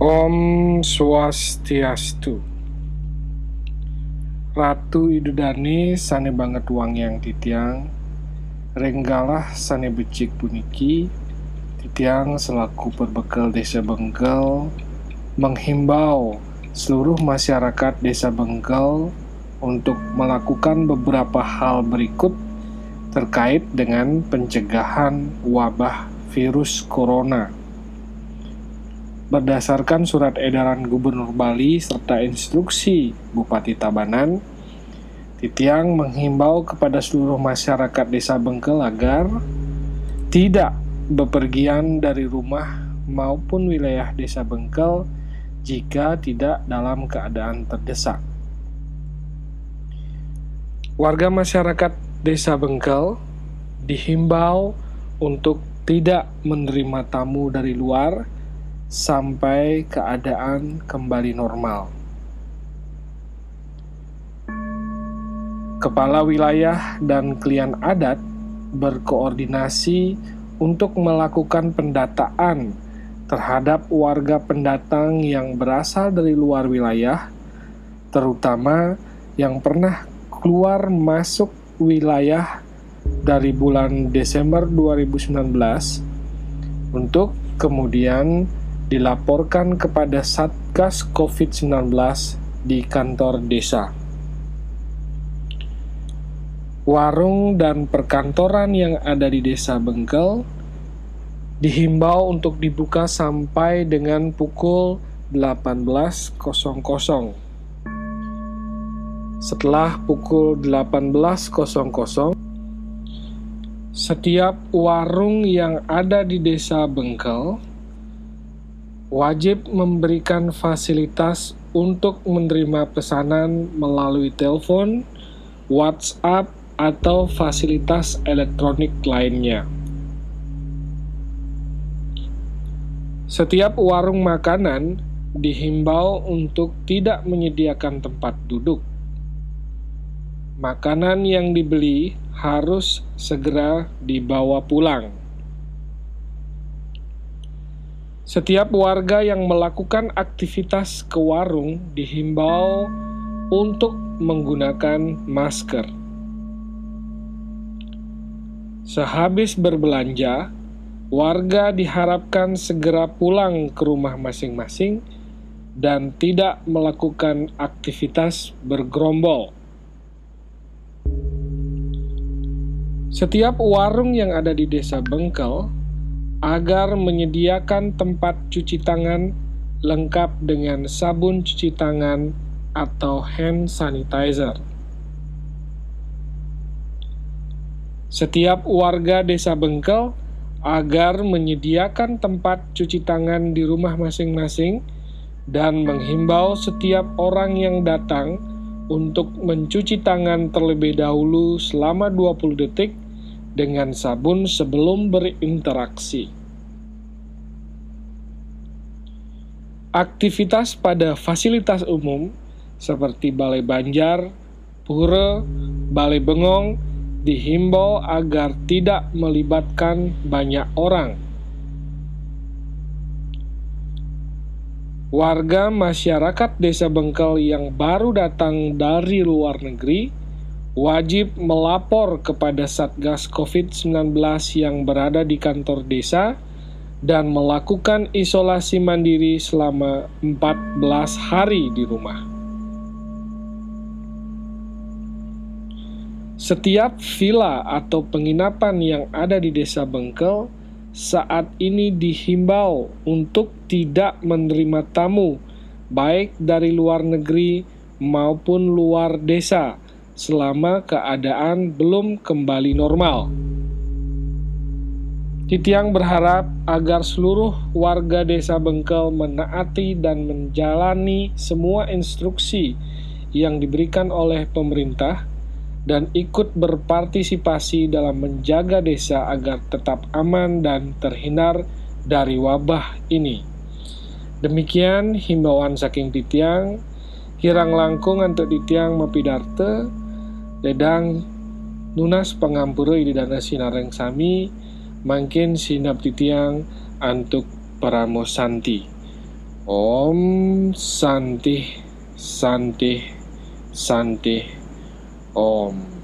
Om Swastiastu. Ratu Idudani sane banget wang yang titiang, renggalah sane becik puniki, titiang selaku perbekal Desa Bengkel menghimbau seluruh masyarakat Desa Bengkel untuk melakukan beberapa hal berikut terkait dengan pencegahan wabah virus corona. Berdasarkan surat edaran Gubernur Bali serta instruksi Bupati Tabanan, titiang menghimbau kepada seluruh masyarakat Desa Bengkel agar tidak bepergian dari rumah maupun wilayah Desa Bengkel jika tidak dalam keadaan terdesak. Warga masyarakat Desa Bengkel dihimbau untuk tidak menerima tamu dari luar sampai keadaan kembali normal. Kepala wilayah dan klien adat berkoordinasi untuk melakukan pendataan terhadap warga pendatang yang berasal dari luar wilayah, terutama yang pernah keluar masuk wilayah dari bulan Desember 2019 untuk kemudian dilaporkan kepada Satgas COVID-19 di kantor desa. Warung dan perkantoran yang ada di Desa Bengkel dihimbau untuk dibuka sampai dengan pukul 18.00. Setelah pukul 18.00, setiap warung yang ada di Desa Bengkel wajib memberikan fasilitas untuk menerima pesanan melalui telepon, WhatsApp, atau fasilitas elektronik lainnya. Setiap warung makanan dihimbau untuk tidak menyediakan tempat duduk. Makanan yang dibeli harus segera dibawa pulang. Setiap warga yang melakukan aktivitas ke warung dihimbau untuk menggunakan masker. Sehabis berbelanja, warga diharapkan segera pulang ke rumah masing-masing dan tidak melakukan aktivitas bergerombol. Setiap warung yang ada di Desa Bengkel agar menyediakan tempat cuci tangan lengkap dengan sabun cuci tangan atau hand sanitizer. Setiap warga Desa Bengkel agar menyediakan tempat cuci tangan di rumah masing-masing dan menghimbau setiap orang yang datang untuk mencuci tangan terlebih dahulu selama 20 detik dengan sabun sebelum berinteraksi. Aktivitas pada fasilitas umum seperti Balai Banjar, Pura, Balai Bengong dihimbau agar tidak melibatkan banyak orang. Warga masyarakat Desa Bengkel yang baru datang dari luar negeri wajib melapor kepada Satgas COVID-19 yang berada di kantor desa dan melakukan isolasi mandiri selama 14 hari di rumah. Setiap villa atau penginapan yang ada di Desa Bengkel saat ini dihimbau untuk tidak menerima tamu, baik dari luar negeri maupun luar desa, selama keadaan belum kembali normal. Titiang berharap agar seluruh warga Desa Bengkel menaati dan menjalani semua instruksi yang diberikan oleh pemerintah dan ikut berpartisipasi dalam menjaga desa agar tetap aman dan terhindar dari wabah ini. Demikian himbauan saking titiang, kirang langkung untuk titiang mapidarte, dedang nunas pangampura ididana sinareng sami, mangkin sinap titiang antuk paramosanti. Om Santi Santi Santi Om.